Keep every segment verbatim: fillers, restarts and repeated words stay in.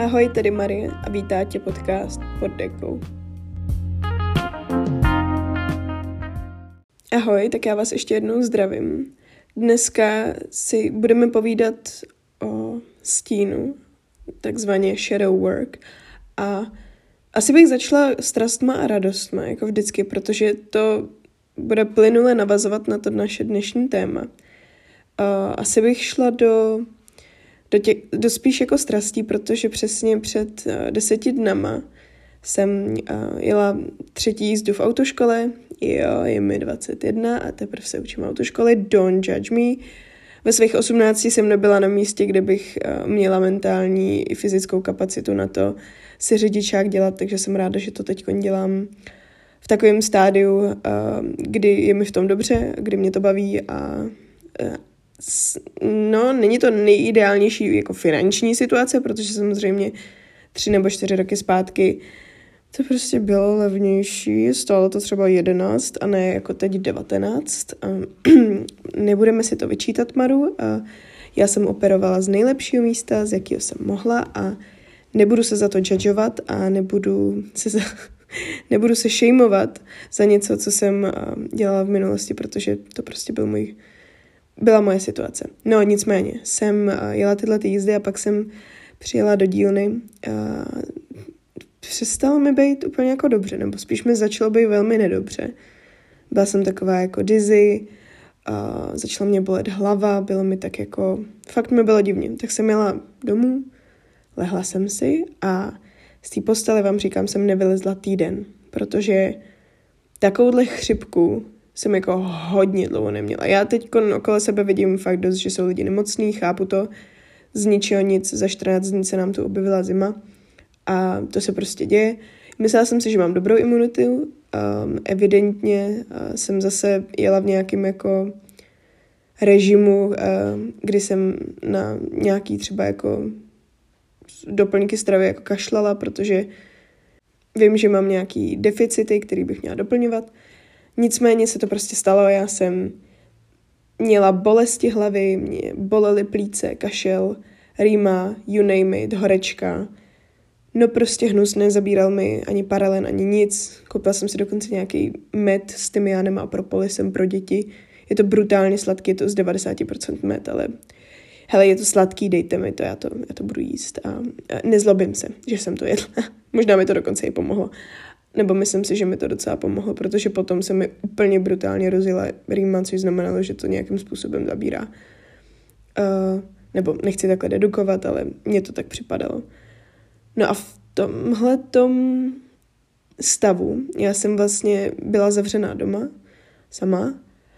Ahoj, tady Marie a vítá tě podcast Pod dekou. Ahoj, tak já vás ještě jednou zdravím. Dneska si budeme povídat o stínu, takzvaně shadow work. A asi bych začala strastma a radostma, jako vždycky, protože to bude plynule navazovat na to naše dnešní téma. Asi bych šla do... Do, tě, do spíš jako strastí, protože přesně před uh, deseti dnama jsem uh, jela třetí jízdu v autoškole, jo, je mi dvacet jedna a teprve se učím autoškoly, don't judge me. Ve svých osmnácti jsem nebyla na místě, kde bych uh, měla mentální i fyzickou kapacitu na to si řidičák dělat, takže jsem ráda, že to teď dělám v takovém stádiu, uh, kdy je mi v tom dobře, kdy mě to baví a uh, No, není to nejideálnější jako finanční situace, protože samozřejmě tři nebo čtyři roky zpátky to prostě bylo levnější, stálo to třeba jedenáct a ne jako teď devatenáct. A nebudeme si to vyčítat, Maru. A já jsem operovala z nejlepšího místa, z jakého jsem mohla a nebudu se za to judgeovat a nebudu se, za, nebudu se shameovat za něco, co jsem dělala v minulosti, protože to prostě byl můj Byla moje situace. No, nicméně, jsem uh, jela tyhle ty jízdy a pak jsem přijela do dílny. Uh, přestalo mi být úplně jako dobře, nebo spíš mi začalo být velmi nedobře. Byla jsem taková jako dizzy, uh, začala mě bolet hlava, bylo mi tak jako, fakt mi bylo divně. Tak jsem jela domů, lehla jsem si a z té postele vám říkám, jsem nevylezla týden, protože takovouhle chřipku jsem jako hodně dlouho neměla. Já teď okolo sebe vidím fakt dost, že jsou lidi nemocní, chápu to, z ničeho nic, za čtrnáct dní se nám tu objevila zima a to se prostě děje. Myslela jsem si, že mám dobrou imunitu, um, evidentně uh, jsem zase jela v nějakém jako režimu, uh, kdy jsem na nějaký třeba jako doplňky stravy jako kašlala, protože vím, že mám nějaký deficity, který bych měla doplňovat. Nicméně se to prostě stalo, já jsem měla bolesti hlavy, mě bolely plíce, kašel, rýma, you name it, horečka. No prostě hnus, nezabíral mi ani paralen, ani nic. Koupila jsem si dokonce nějaký med s tymiánem a propolisem pro děti. Je to brutálně sladký, je to z devadesát procent med, ale hele, je to sladký, dejte mi to, já to, já to budu jíst. A, a nezlobím se, že jsem to jedla. Možná mi to dokonce i pomohlo. Nebo myslím si, že mi to docela pomohlo, protože potom se mi úplně brutálně rozjela rýma, což znamenalo, že to nějakým způsobem zabírá. Uh, nebo nechci takhle dedukovat, ale mně to tak připadalo. No a v tomhletom stavu já jsem vlastně byla zavřená doma sama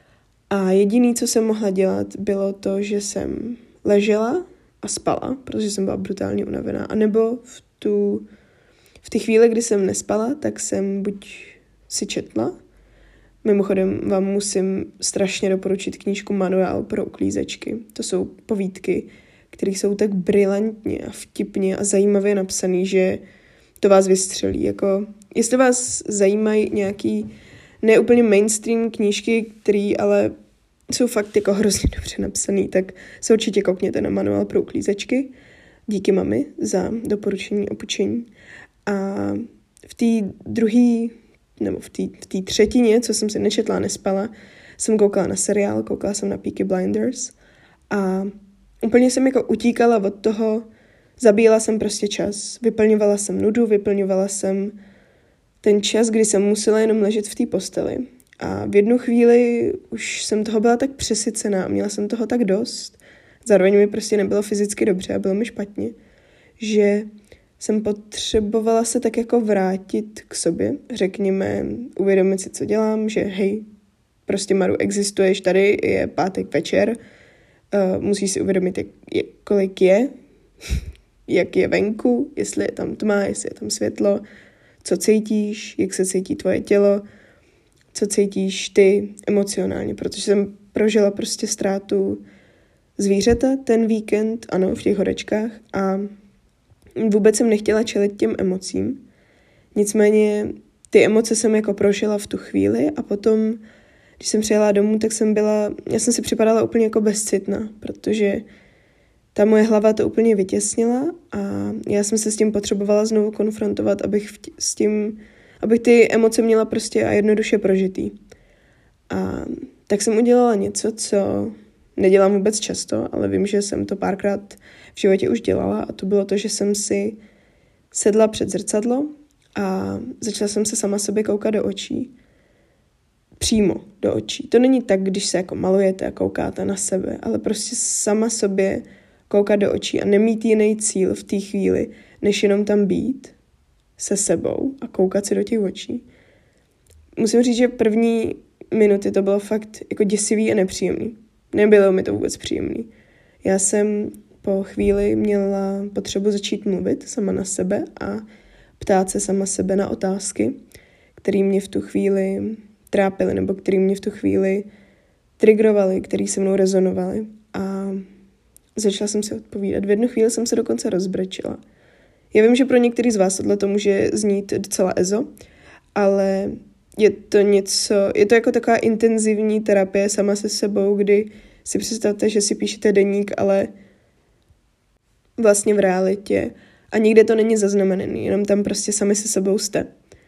a jediný, co jsem mohla dělat, bylo to, že jsem ležela a spala, protože jsem byla brutálně unavená, anebo v tu... V té chvíli, kdy jsem nespala, tak jsem buď si četla. Mimochodem vám musím strašně doporučit knížku Manuál pro uklízečky. To jsou povídky, které jsou tak brilantně a vtipně a zajímavě napsané, že to vás vystřelí. Jako, jestli vás zajímají nějaký neúplně mainstream knížky, které ale jsou fakt jako hrozně dobře napsané, tak se určitě koukněte na Manuál pro uklízečky. Díky mami za doporučení a poučení. A v té druhé, nebo v té v té třetině, co jsem si nečetla a nespala, jsem koukala na seriál, koukala jsem na Peaky Blinders a úplně jsem jako utíkala od toho, zabíjela jsem prostě čas, vyplňovala jsem nudu, vyplňovala jsem ten čas, kdy jsem musela jenom ležet v té posteli. A v jednu chvíli už jsem toho byla tak přesycená, měla jsem toho tak dost, zároveň mi prostě nebylo fyzicky dobře a bylo mi špatně, že jsem potřebovala se tak jako vrátit k sobě, řekněme, uvědomit si, co dělám, že hej, prostě Maru, existuješ tady, je pátek večer, uh, musíš si uvědomit, jak, jak, kolik je, jak je venku, jestli je tam tma, jestli je tam světlo, co cítíš, jak se cítí tvoje tělo, co cítíš ty emocionálně, protože jsem prožila prostě ztrátu zvířata ten víkend, ano, v těch horečkách a vůbec jsem nechtěla čelit těm emocím. Nicméně ty emoce jsem jako prožila v tu chvíli a potom, když jsem přijela domů, tak jsem byla, já jsem si připadala úplně jako bezcitná, protože ta moje hlava to úplně vytěsnila a já jsem se s tím potřebovala znovu konfrontovat, abych v tě, s tím, abych ty emoce měla prostě a jednoduše prožitý. A tak jsem udělala něco, co nedělám vůbec často, ale vím, že jsem to párkrát v životě už dělala a to bylo to, že jsem si sedla před zrcadlo a začala jsem se sama sobě koukat do očí. Přímo do očí. To není tak, když se jako malujete a koukáte na sebe, ale prostě sama sobě koukat do očí a nemít jiný cíl v té chvíli, než jenom tam být se sebou a koukat si do těch očí. Musím říct, že první minuty to bylo fakt jako děsivý a nepříjemný. Nebylo mi to vůbec příjemný. Já jsem po chvíli měla potřebu začít mluvit sama na sebe a ptát se sama sebe na otázky, které mě v tu chvíli trápily nebo které mě v tu chvíli triggerovaly, které se mnou rezonovaly. A začala jsem si odpovídat. V jednu chvíli jsem se dokonce rozbrečela. Já vím, že pro některý z vás tohle to může znít docela ezo, ale je to něco, je to jako taková intenzivní terapie sama se sebou, kdy si představte, že si píšete deník, ale vlastně v realitě a nikde to není zaznamenaný, jenom tam prostě sami se sebou jste.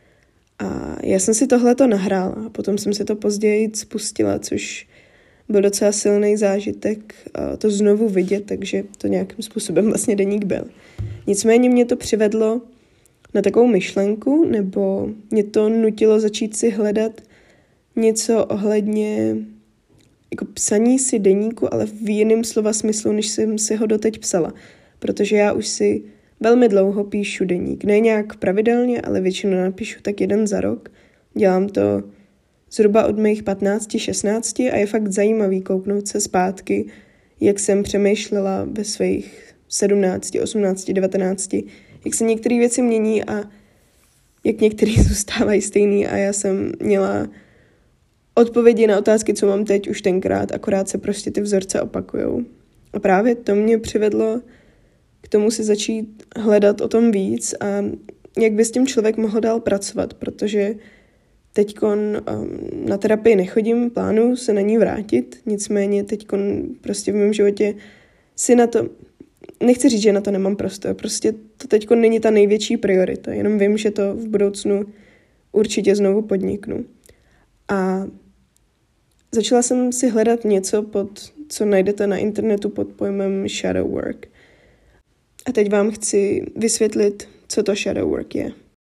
A já jsem si tohleto nahrála a potom jsem si to později spustila, což byl docela silný zážitek to znovu vidět, takže to nějakým způsobem vlastně deník byl. Nicméně mě to přivedlo na takovou myšlenku, nebo mě to nutilo začít si hledat něco ohledně jako psaní si deníku, ale v jiném slova smyslu, než jsem si ho doteď psala. Protože já už si velmi dlouho píšu deník. Ne nějak pravidelně, ale většinou napíšu tak jeden za rok. Dělám to zhruba od mých patnácti šestnácti a je fakt zajímavý kouknout se zpátky, jak jsem přemýšlela ve svých sedmnácti, osmnácti, devatenácti, jak se některé věci mění a jak některé zůstávají stejný a já jsem měla odpovědi na otázky, co mám teď už tenkrát, akorát se prostě ty vzorce opakujou. A právě to mě přivedlo k tomu si začít hledat o tom víc a jak by s tím člověk mohl dál pracovat, protože teďkon um, na terapii nechodím, plánuju se na ní vrátit, nicméně teďkon prostě v mém životě si na to, nechci říct, že na to nemám prostor, prostě to teďkon není ta největší priorita, jenom vím, že to v budoucnu určitě znovu podniknu. A začala jsem si hledat něco, pod, co najdete na internetu pod pojmem shadow work. A teď vám chci vysvětlit, co to shadow work je.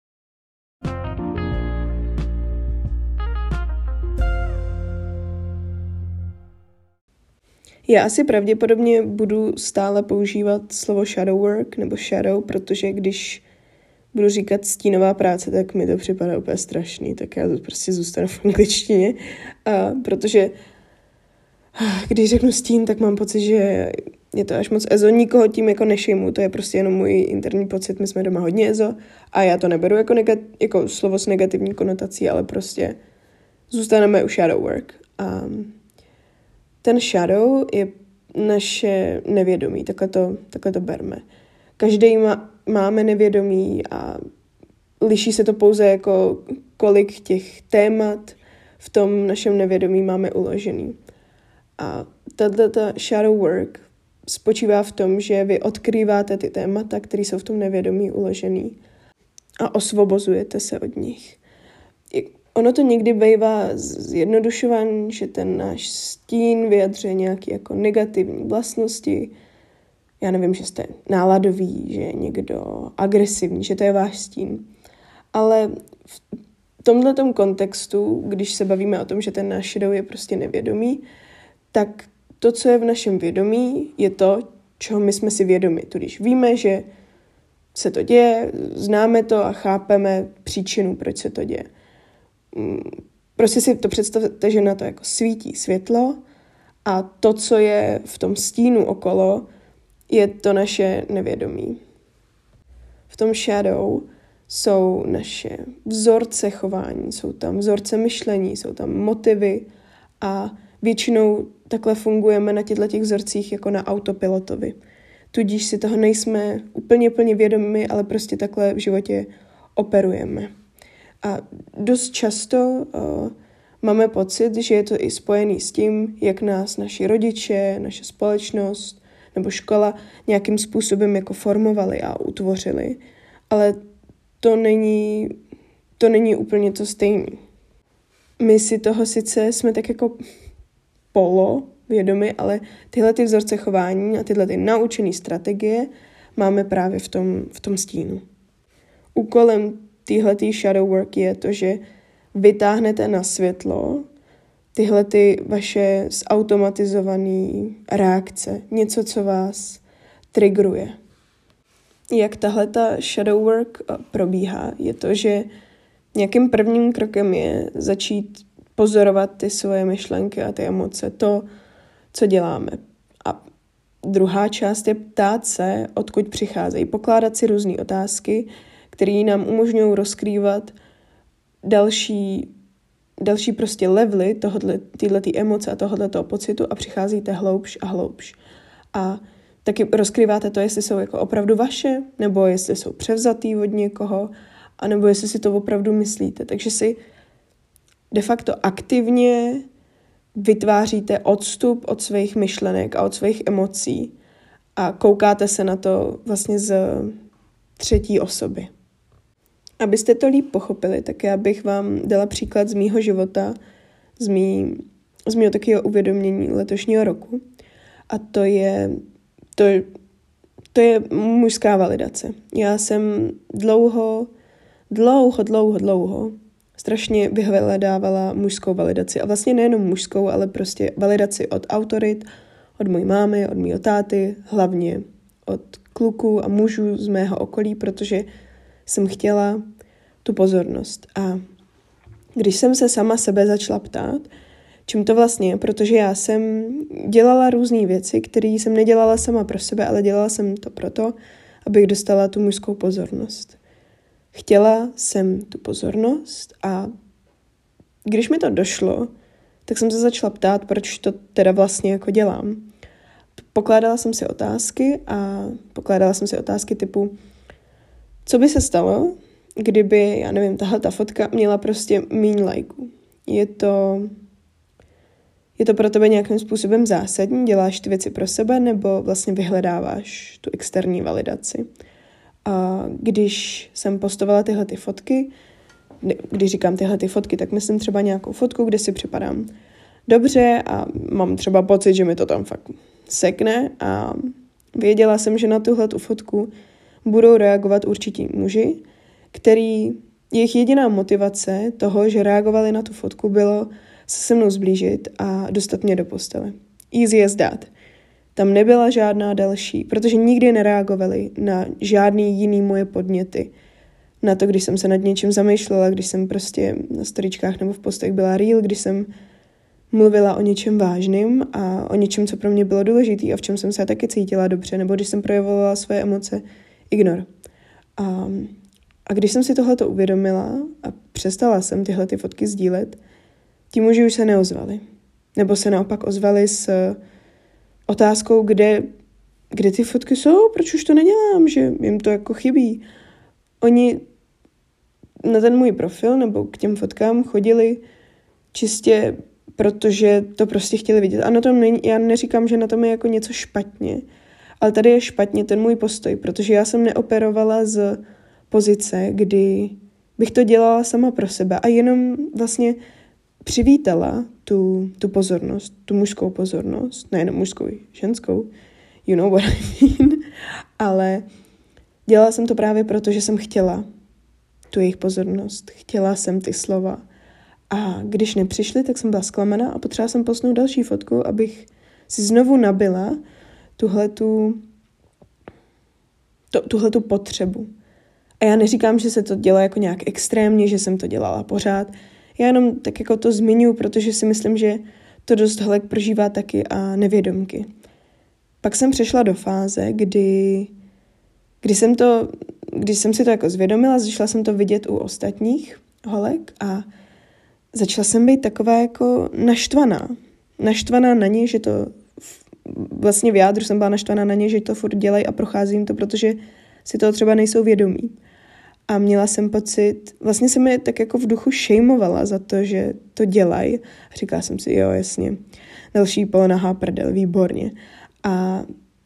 Já asi pravděpodobně budu stále používat slovo shadow work nebo shadow, protože když budu říkat stínová práce, tak mi to připadá úplně strašný, tak já to prostě zůstanu v angličtině, a protože když řeknu stín, tak mám pocit, že je to až moc ezo, nikoho tím jako nešejmu, to je prostě jenom můj interní pocit, my jsme doma hodně ezo a já to neberu jako, negat, jako slovo s negativní konotací, ale prostě zůstaneme u shadow work. A ten shadow je naše nevědomí, takhle to, takhle to berme. Každý má, máme nevědomí a liší se to pouze jako kolik těch témat v tom našem nevědomí máme uložený. A tato shadow work spočívá v tom, že vy odkrýváte ty témata, které jsou v tom nevědomí uložený a osvobozujete se od nich. Ono to někdy bývá zjednodušování, že ten náš stín vyjadřuje nějaké jako negativní vlastnosti. Já nevím, že jste náladový, že je někdo agresivní, že to je váš stín. Ale v tomhletom kontextu, když se bavíme o tom, že ten náš shadow je prostě nevědomý, tak to, co je v našem vědomí, je to, čeho my jsme si vědomi. Tudíž víme, že se to děje, známe to a chápeme příčinu, proč se to děje. Prostě si to představte, že na to jako svítí světlo a to, co je v tom stínu okolo, je to naše nevědomí. V tom shadow jsou naše vzorce chování, jsou tam vzorce myšlení, jsou tam motivy a většinou takhle fungujeme na těchto těch vzorcích jako na autopilotovi. Tudíž si toho nejsme úplně plně vědomi, ale prostě takhle v životě operujeme. A dost často uh, máme pocit, že je to i spojený s tím, jak nás naši rodiče, naše společnost nebo škola nějakým způsobem jako formovali a utvořili, ale to není, to není úplně to stejné. My si toho sice jsme tak jako polo vědomi, ale tyhle ty vzorce chování a tyhle ty naučené strategie máme právě v tom, v tom stínu. Úkolem téhletý shadow work je to, že vytáhnete na světlo tyhle ty vaše zautomatizované reakce, něco, co vás triggeruje. Jak tahle ta shadow work probíhá, je to, že nějakým prvním krokem je začít pozorovat ty svoje myšlenky a ty emoce, to, co děláme. A druhá část je ptát se, odkud přicházejí, pokládat si různé otázky, které nám umožňují rozkrývat další, další prostě levely tyhlety emoce a tohoto pocitu a přicházíte hloubš a hloubš. A taky rozkrýváte to, jestli jsou jako opravdu vaše, nebo jestli jsou převzatý od někoho, anebo jestli si to opravdu myslíte. Takže si de facto aktivně vytváříte odstup od svých myšlenek a od svých emocí a koukáte se na to vlastně z třetí osoby. Abyste to líp pochopili, tak já bych vám dala příklad z mýho života, z, mý, z mýho takového uvědomění letošního roku. A to je, to, to je mužská validace. Já jsem dlouho, dlouho, dlouho, dlouho strašně vyhledávala mužskou validaci. A vlastně nejenom mužskou, ale prostě validaci od autorit, od mojí mámy, od mýho táty, hlavně od kluků a mužů z mého okolí, protože jsem chtěla tu pozornost. A když jsem se sama sebe začala ptát, čím to vlastně je, protože já jsem dělala různé věci, které jsem nedělala sama pro sebe, ale dělala jsem to proto, abych dostala tu mužskou pozornost. Chtěla jsem tu pozornost a když mi to došlo, tak jsem se začala ptát, proč to teda vlastně jako dělám. Pokládala jsem si otázky a pokládala jsem si otázky typu, co by se stalo, kdyby, já nevím, tahle ta fotka měla prostě míň lajků. Je to, je to pro tebe nějakým způsobem zásadní? Děláš ty věci pro sebe nebo vlastně vyhledáváš tu externí validaci? A když jsem postovala tyhle ty fotky, když říkám tyhle ty fotky, tak myslím třeba nějakou fotku, kde si připadám dobře a mám třeba pocit, že mi to tam fakt sekne a věděla jsem, že na tuhle tu fotku budou reagovat určití muži, který jejich jediná motivace toho, že reagovali na tu fotku, bylo se se mnou zblížit a dostat mě do postele. Easy as that. Tam nebyla žádná další, protože nikdy nereagovali na žádný jiný moje podněty. Na to, když jsem se nad něčím zamýšlela, když jsem prostě na storičkách nebo v postech byla real, když jsem mluvila o něčem vážným a o něčem, co pro mě bylo důležité a v čem jsem se taky cítila dobře, nebo když jsem projevovala své emoce, ignor. A, a když jsem si tohleto uvědomila a přestala jsem tyhle ty fotky sdílet, ti muži už se neozvali. Nebo se naopak ozvali s otázkou, kde, kde ty fotky jsou, proč už to nedělám, že jim to jako chybí. Oni na ten můj profil nebo k těm fotkám chodili čistě protože to prostě chtěli vidět. A na tom není, já neříkám, že na tom je jako něco špatně, ale tady je špatně ten můj postoj, protože já jsem neoperovala z pozice, kdy bych to dělala sama pro sebe a jenom vlastně přivítala tu, tu pozornost, tu mužskou pozornost, nejenom mužskou, ženskou, you know what I mean, ale dělala jsem to právě proto, že jsem chtěla tu jejich pozornost, chtěla jsem ty slova. A když nepřišli, tak jsem byla zklamaná a potřebovala jsem posnout další fotku, abych si znovu nabila tuhletu, to, tuhletu potřebu. A já neříkám, že se to dělá jako nějak extrémně, že jsem to dělala pořád. Já jenom tak jako to zmiňuji, protože si myslím, že to dost holek prožívá taky a nevědomky. Pak jsem přešla do fáze, kdy, kdy, jsem, to, kdy jsem si to jako zvědomila, začala jsem to vidět u ostatních holek a začala jsem být taková jako naštvaná. Naštvaná na ně, že to vlastně v jádru jsem byla naštvaná na ně, že to furt dělají a procházím to, protože si toho třeba nejsou vědomí. A měla jsem pocit, vlastně jsem je tak jako v duchu šejmovala za to, že to dělají. A říkala jsem si, jo, jasně, další polonahá prdel, výborně. A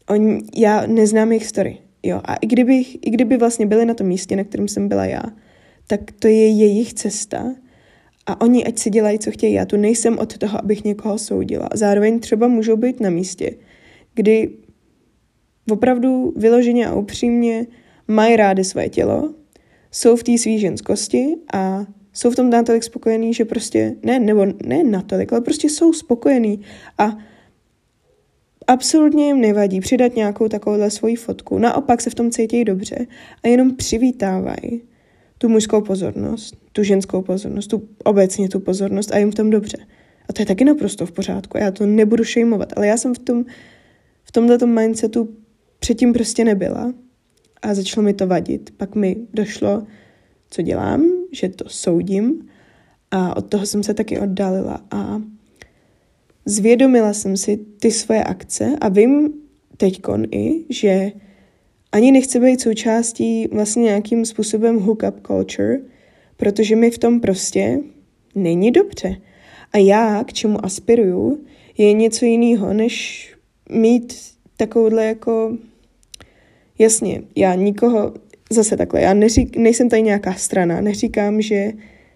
on, já neznám jejich story, jo, a i, kdybych, i kdyby vlastně byli na tom místě, na kterém jsem byla já, tak to je jejich cesta a oni ať si dělají, co chtějí. Já tu nejsem od toho, abych někoho soudila. Zároveň třeba můžou být na místě, kdy opravdu vyloženě a upřímně mají rády své tělo, jsou v té svý ženskosti a jsou v tom natolik spokojení, že prostě, ne, nebo ne natolik, ale prostě jsou spokojení a absolutně jim nevadí přidat nějakou takovouhle svoji fotku. Naopak se v tom cítí dobře a jenom přivítávají tu mužskou pozornost, tu ženskou pozornost, tu obecně tu pozornost a jim v tom dobře. A to je taky naprosto v pořádku. Já to nebudu šejmovat, ale já jsem v tom v tomhletom mindsetu předtím prostě nebyla a začalo mi to vadit. Pak mi došlo, co dělám, že to soudím a od toho jsem se taky oddalila a zvědomila jsem si ty svoje akce a vím teďkon i, že ani nechci být součástí vlastně nějakým způsobem hookup culture, protože mi v tom prostě není dobře. A já, k čemu aspiruju, je něco jiného, než mít takovouhle jako... Jasně, já nikoho... Zase takhle, já neřík, nejsem tady nějaká strana, neříkám, že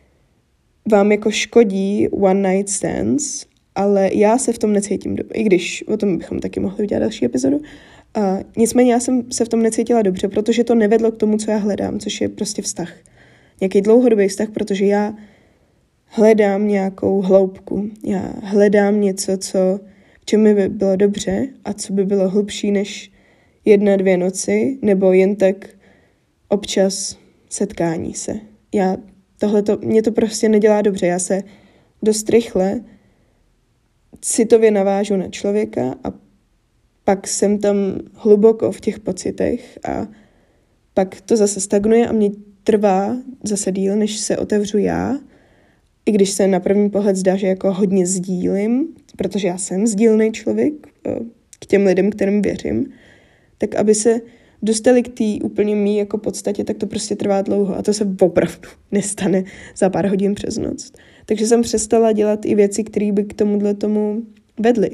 vám jako škodí one night stands, ale já se v tom necítím dobře, i když o tom bychom taky mohli udělat další epizodu. A nicméně já jsem se v tom necítila dobře, protože to nevedlo k tomu, co já hledám, což je prostě vztah. Nějaký dlouhodobý vztah, protože já hledám nějakou hloubku. Já hledám něco, co, k čemu by bylo dobře a co by bylo hlubší než jedna, dvě noci, nebo jen tak občas setkání se. Já tohleto, mě to prostě nedělá dobře. Já se dost rychle citově navážu na člověka a pak jsem tam hluboko v těch pocitech a pak to zase stagnuje a mě trvá zase díl, než se otevřu já, i když se na první pohled zdá, že jako hodně sdílím, protože já jsem sdílný člověk k těm lidem, kterým věřím, tak aby se dostali k té úplně mý jako podstatě, tak to prostě trvá dlouho a to se opravdu nestane za pár hodin přes noc. Takže jsem přestala dělat i věci, které by k tomuhle tomu vedly.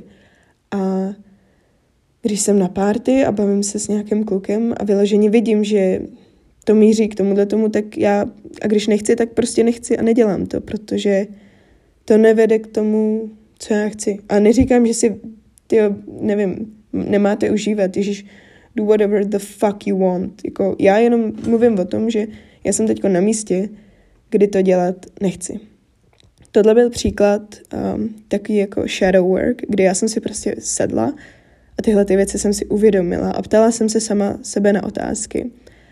A když jsem na party a bavím se s nějakým klukem a vyloženě vidím, že to míří k tomuhle tomu, tak já, a když nechci, tak prostě nechci a nedělám to, protože to nevede k tomu, co já chci. A neříkám, že si, tyjo, nevím, nemáte užívat, ježiš, do whatever the fuck you want. Jako, já jenom mluvím o tom, že já jsem teďko na místě, kdy to dělat nechci. Tohle byl příklad um, takový jako shadow work, kdy já jsem si prostě sedla a tyhle ty věci jsem si uvědomila a ptala jsem se sama sebe na otázky.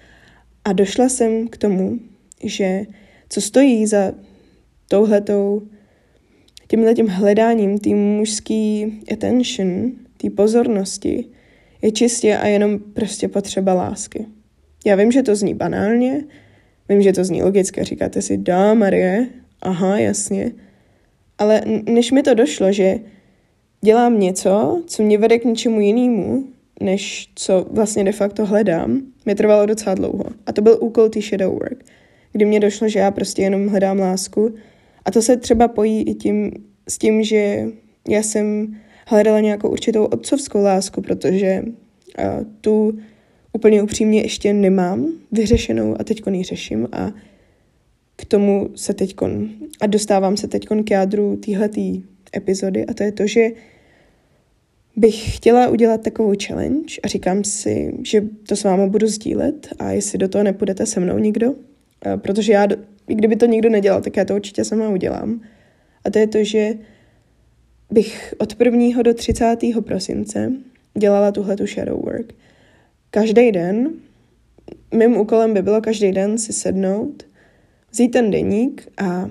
A došla jsem k tomu, že co stojí za touhletou, tímhletím hledáním té mužské attention, té pozornosti, je čistě a jenom prostě potřeba lásky. Já vím, že to zní banálně, vím, že to zní logicky, říkáte si, dá Marie, aha, jasně, ale než mi to došlo, že dělám něco, co mě vede k něčemu jinému, než co vlastně de facto hledám, mi trvalo docela dlouho. A to byl úkol té shadow work, kdy mě došlo, že já prostě jenom hledám lásku. A to se třeba pojí i tím, s tím, že já jsem hledala nějakou určitou otcovskou lásku, protože uh, tu úplně upřímně ještě nemám vyřešenou a teďkon ji řeším a k tomu se teďkon, a dostávám se teďkon k jádru téhletý epizody a to je to, že bych chtěla udělat takovou challenge a říkám si, že to s váma budu sdílet a jestli do toho nepůjdete se mnou nikdo, protože já, i kdyby to nikdo nedělal, tak já to určitě sama udělám. A to je to, že bych od prvního do třicátého prosince dělala tuhletu shadow work. Každý den, mým úkolem by bylo každý den si sednout, vzít ten deník a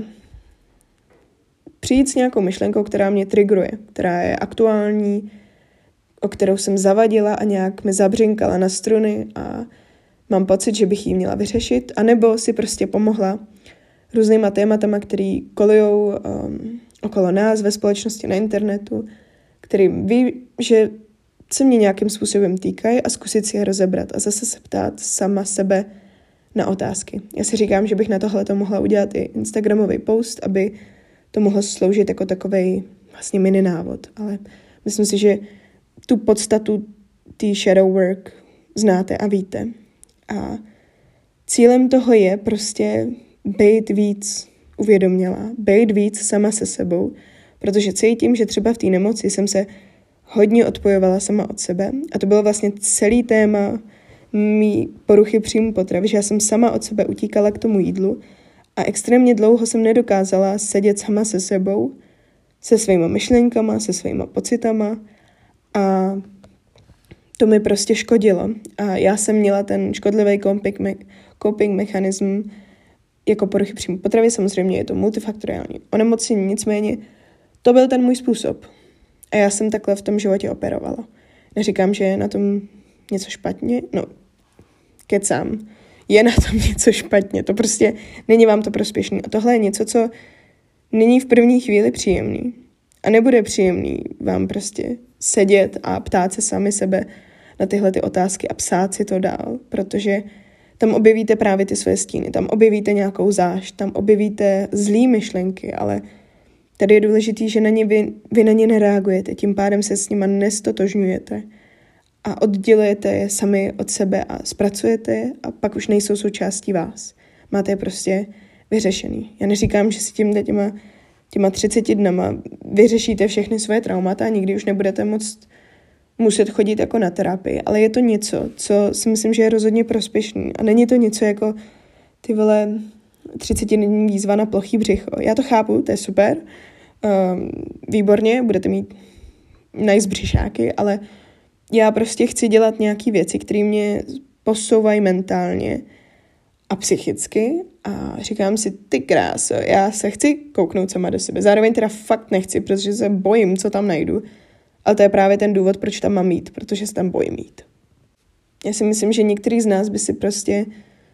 přijít s nějakou myšlenkou, která mě triggeruje, která je aktuální, o kterou jsem zavadila a nějak mi zabřinkala na struny a mám pocit, že bych ji měla vyřešit, anebo si prostě pomohla různýma tématama, který kolujou um, okolo nás ve společnosti na internetu, který ví, že se mě nějakým způsobem týkají a zkusit si je rozebrat a zase se ptát sama sebe na otázky. Já si říkám, že bych na tohle to mohla udělat i instagramový post, aby to mohlo sloužit jako takovej vlastně mini návod, ale myslím si, že tu podstatu tý shadow work znáte a víte. A cílem toho je prostě být víc uvědomělá, být víc sama se sebou, protože cítím, že třeba v té nemoci jsem se hodně odpojovala sama od sebe a to bylo vlastně celý téma mý poruchy příjmu potravy, že já jsem sama od sebe utíkala k tomu jídlu a extrémně dlouho jsem nedokázala sedět sama se sebou, se svýma myšlenkama, se svýma pocitama a to mi prostě škodilo. A já jsem měla ten škodlivý coping, me- coping mechanism jako poruchy příjmu potravy, samozřejmě je to multifaktoriální onemocnění, nicméně to byl ten můj způsob. A já jsem takhle v tom životě operovala. Neříkám, že je na tom něco špatně, no, kecám, je na tom něco špatně, to prostě není vám to prospěšný. A tohle je něco, co není v první chvíli příjemný. A nebude příjemný vám prostě sedět a ptát se sami sebe na tyhle ty otázky a psát si to dál, protože tam objevíte právě ty své stíny, tam objevíte nějakou zášť, tam objevíte zlý myšlenky, ale tady je důležitý, že na ně vy, vy na ně nereagujete, tím pádem se s nima nestotožňujete a oddělujete je sami od sebe a zpracujete je a pak už nejsou součástí vás. Máte je prostě vyřešený. Já neříkám, že si tím těma, těma třiceti dnama vyřešíte všechny svoje traumata a nikdy už nebudete moc muset chodit jako na terapii, ale je to něco, co si myslím, že je rozhodně prospěšný a není to něco jako ty vole třicetidenní výzva na plochý břicho. Já to chápu, to je super, um, výborně, budete mít nice břišáky, ale já prostě chci dělat nějaké věci, které mě posouvají mentálně a psychicky a říkám si, ty kráso, já se chci kouknout sama do sebe. Zároveň teda fakt nechci, protože se bojím, co tam najdu. Ale to je právě ten důvod, proč tam mám jít, protože se tam bojím jít. Já si myslím, že některý z nás by si prostě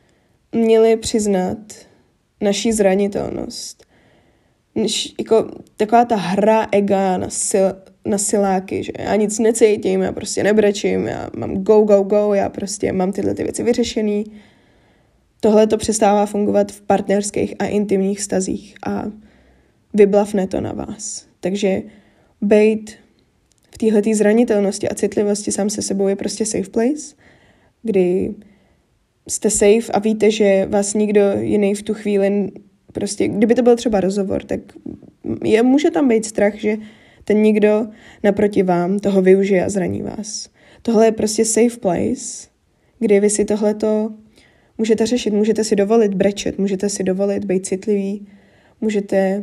měli přiznat naší zranitelnost. Než, jako taková ta hra ega na, sil, na siláky, že já nic necítím, já prostě nebrečím, já mám go, go, go, já prostě mám tyhle ty věci vyřešený. Tohle to přestává fungovat v partnerských a intimních vztazích a vyblavne to na vás. Takže bejt v téhletý zranitelnosti a citlivosti sám se sebou je prostě safe place, kdy jste safe a víte, že vás nikdo jiný v tu chvíli, prostě, kdyby to byl třeba rozhovor, tak je, může tam být strach, že ten někdo naproti vám toho využije a zraní vás. Tohle je prostě safe place, kdy vy si tohleto můžete řešit, můžete si dovolit brečet, můžete si dovolit být citlivý, můžete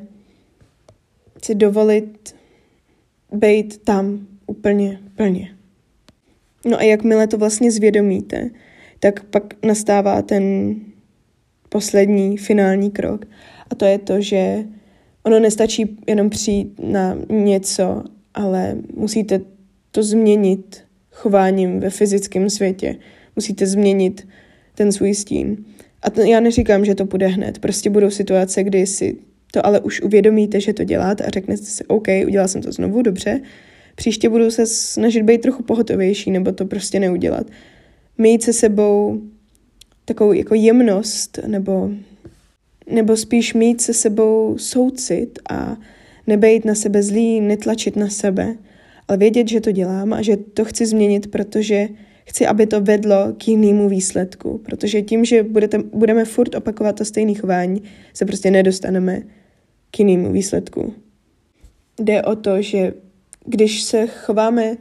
si dovolit být tam úplně plně. No a jakmile to vlastně zvědomíte, tak pak nastává ten poslední, finální krok. A to je to, že ono nestačí jenom přijít na něco, ale musíte to změnit chováním ve fyzickém světě. Musíte změnit ten svůj stín. A to, já neříkám, že to půjde hned. Prostě budou situace, kdy si to ale už uvědomíte, že to děláte a řeknete si, OK, udělala jsem to znovu, dobře. Příště budu se snažit být trochu pohotovější nebo to prostě neudělat. Mít se sebou takovou jako jemnost nebo, nebo spíš mít se sebou soucit a nebejt na sebe zlý, netlačit na sebe, ale vědět, že to dělám a že to chci změnit, protože chci, aby to vedlo k jinému výsledku. Protože tím, že budete, budeme furt opakovat to stejné chování, se prostě nedostaneme k jinému výsledku. Jde o to, že když se chováme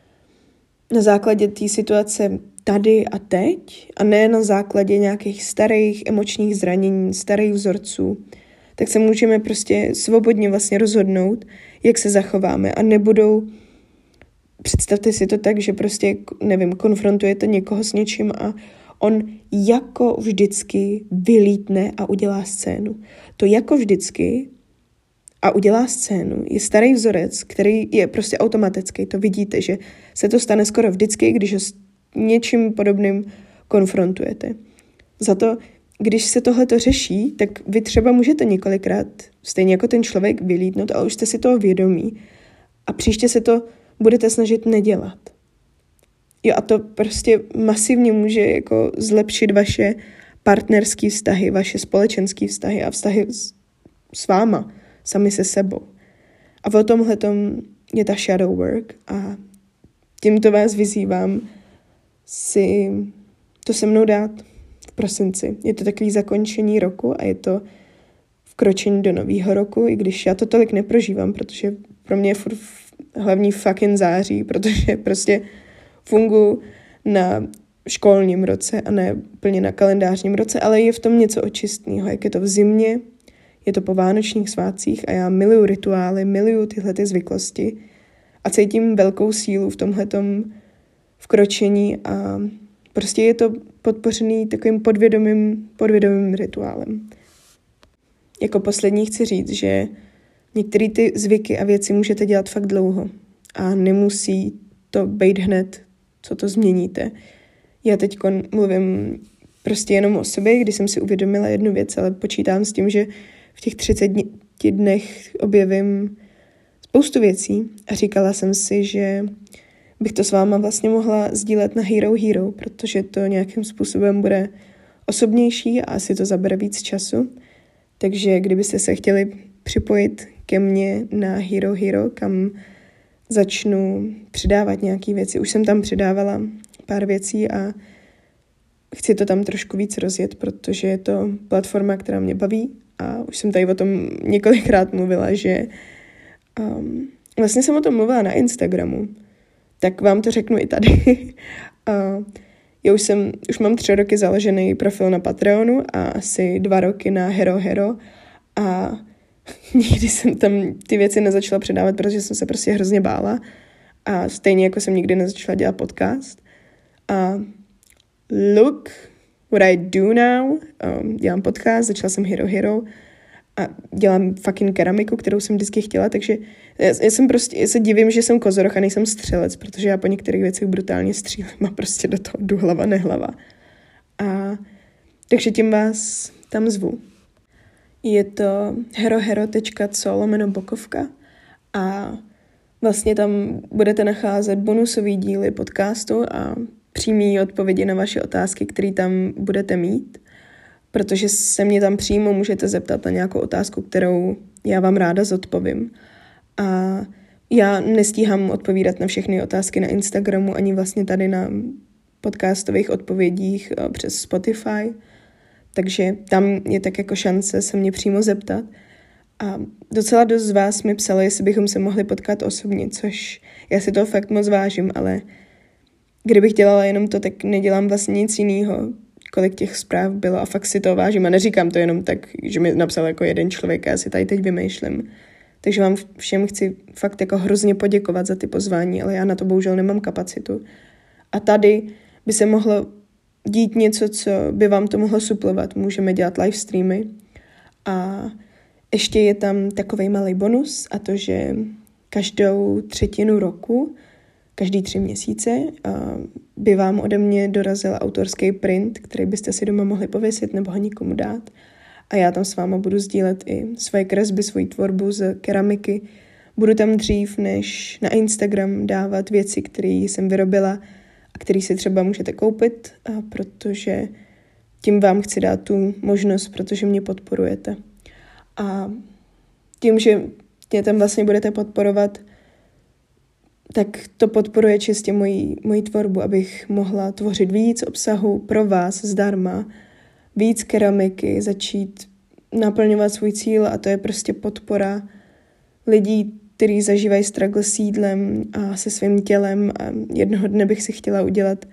na základě té situace tady a teď a ne na základě nějakých starých emočních zranění, starých vzorců, tak se můžeme prostě svobodně vlastně rozhodnout, jak se zachováme a nebudou, představte si to tak, že prostě, nevím, konfrontujete někoho s něčím a on jako vždycky vylítne a udělá scénu. To jako vždycky a udělá scénu je starý vzorec, který je prostě automatický. To vidíte, že se to stane skoro vždycky, když ho s něčím podobným konfrontujete. Za to, když se tohleto řeší, tak vy třeba můžete několikrát, stejně jako ten člověk, vylítnout, ale už jste si toho vědomí a příště se to budete snažit nedělat. Jo, a to prostě masivně může jako zlepšit vaše partnerské vztahy, vaše společenské vztahy a vztahy s, s váma, sami se sebou. A o tomhletom je ta shadow work a tímto vás vyzývám si to se mnou dát v prosinci. Je to takový zakončení roku a je to vkročení do nového roku, i když já to tolik neprožívám, protože pro mě je furt hlavní fucking září, protože prostě funguji na školním roce a ne úplně na kalendářním roce, ale je v tom něco očistného. Jak je to v zimě, je to po vánočních svátcích a já miluju rituály, miluju tyhle ty zvyklosti a cítím velkou sílu v tomhletom vkročení a prostě je to podpořený takovým podvědomým, podvědomým rituálem. Jako poslední chci říct, že některé ty zvyky a věci můžete dělat fakt dlouho a nemusí to být hned, co to změníte. Já teď mluvím prostě jenom o sobě, když jsem si uvědomila jednu věc, ale počítám s tím, že v těch třiceti dnech objevím spoustu věcí a říkala jsem si, že bych to s váma vlastně mohla sdílet na Hero Hero, protože to nějakým způsobem bude osobnější a asi to zabere víc času. Takže kdybyste se chtěli připojit ke mně na Hero Hero, kam začnu přidávat nějaké věci. Už jsem tam přidávala pár věcí a chci to tam trošku víc rozjet, protože je to platforma, která mě baví a už jsem tady o tom několikrát mluvila, že um, vlastně jsem o tom mluvila na Instagramu, tak vám to řeknu i tady. uh, já už, jsem, už mám tři roky založený profil na Patreonu a asi dva roky na Hero Hero a nikdy jsem tam ty věci nezačala předávat, protože jsem se prostě hrozně bála a stejně jako jsem nikdy nezačala dělat podcast. A look what I do now. Um, dělám podcast, začala jsem Hero Hero a dělám fucking keramiku, kterou jsem vždycky chtěla, takže já, já jsem prostě, já se divím, že jsem kozoroch a nejsem střelec, protože já po některých věcech brutálně střílím a prostě do toho jdu hlava nehlava. A takže tím vás tam zvu. Je to herohero tečka co lomeno bokovka a vlastně tam budete nacházet bonusový díly podcastu a přímý odpovědi na vaše otázky, které tam budete mít, protože se mě tam přímo můžete zeptat na nějakou otázku, kterou já vám ráda zodpovím. A já nestíhám odpovídat na všechny otázky na Instagramu, ani vlastně tady na podcastových odpovědích přes Spotify, takže tam je tak jako šance se mě přímo zeptat. A docela dost z vás mi psalo, jestli bychom se mohli potkat osobně, což já si to fakt moc vážím, ale kdybych dělala jenom to, tak nedělám vlastně nic jiného, kolik těch zpráv bylo a fakt si to vážím. A neříkám to jenom tak, že mi napsal jako jeden člověk a já si tady teď vymýšlím. Takže vám všem chci fakt jako hrozně poděkovat za ty pozvání, ale já na to bohužel nemám kapacitu. A tady by se mohlo dít něco, co by vám to mohlo suplovat. Můžeme dělat live streamy a ještě je tam takovej malý bonus a to, že každou třetinu roku, každý tři měsíce by vám ode mě dorazil autorský print, který byste si doma mohli pověsit nebo ho někomu dát. A já tam s váma budu sdílet i svoje kresby, svoji tvorbu z keramiky. Budu tam dřív, než na Instagram dávat věci, které jsem vyrobila a které si třeba můžete koupit, a protože tím vám chci dát tu možnost, protože mě podporujete. A tím, že mě tam vlastně budete podporovat, tak to podporuje čistě moji, moji tvorbu, abych mohla tvořit víc obsahu pro vás zdarma, víc keramiky, začít naplňovat svůj cíl a to je prostě podpora lidí, kteří zažívají struggle s jídlem a se svým tělem a jednoho dne bych si chtěla udělat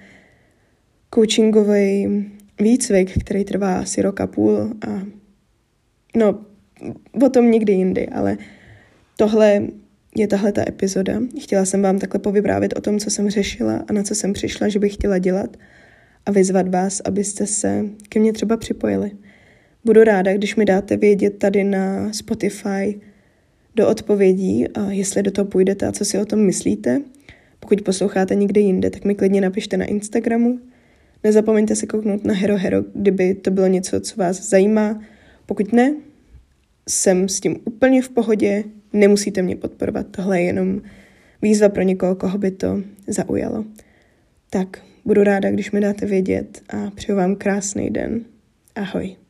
coachingový výcvik, který trvá asi rok a půl a no, o tom někdy jindy, ale tohle je tahle ta epizoda. Chtěla jsem vám takhle povyprávět o tom, co jsem řešila a na co jsem přišla, že bych chtěla dělat a vyzvat vás, abyste se ke mně třeba připojili. Budu ráda, když mi dáte vědět tady na Spotify do odpovědí, a jestli do toho půjdete a co si o tom myslíte. Pokud posloucháte někde jinde, tak mi klidně napište na Instagramu. Nezapomeňte se kouknout na Hero Hero, kdyby to bylo něco, co vás zajímá. Pokud ne, jsem s tím úplně v pohodě, nemusíte mě podporovat. Tohle je jenom výzva pro někoho, koho by to zaujalo. Tak, budu ráda, když mi dáte vědět a přeju vám krásný den. Ahoj.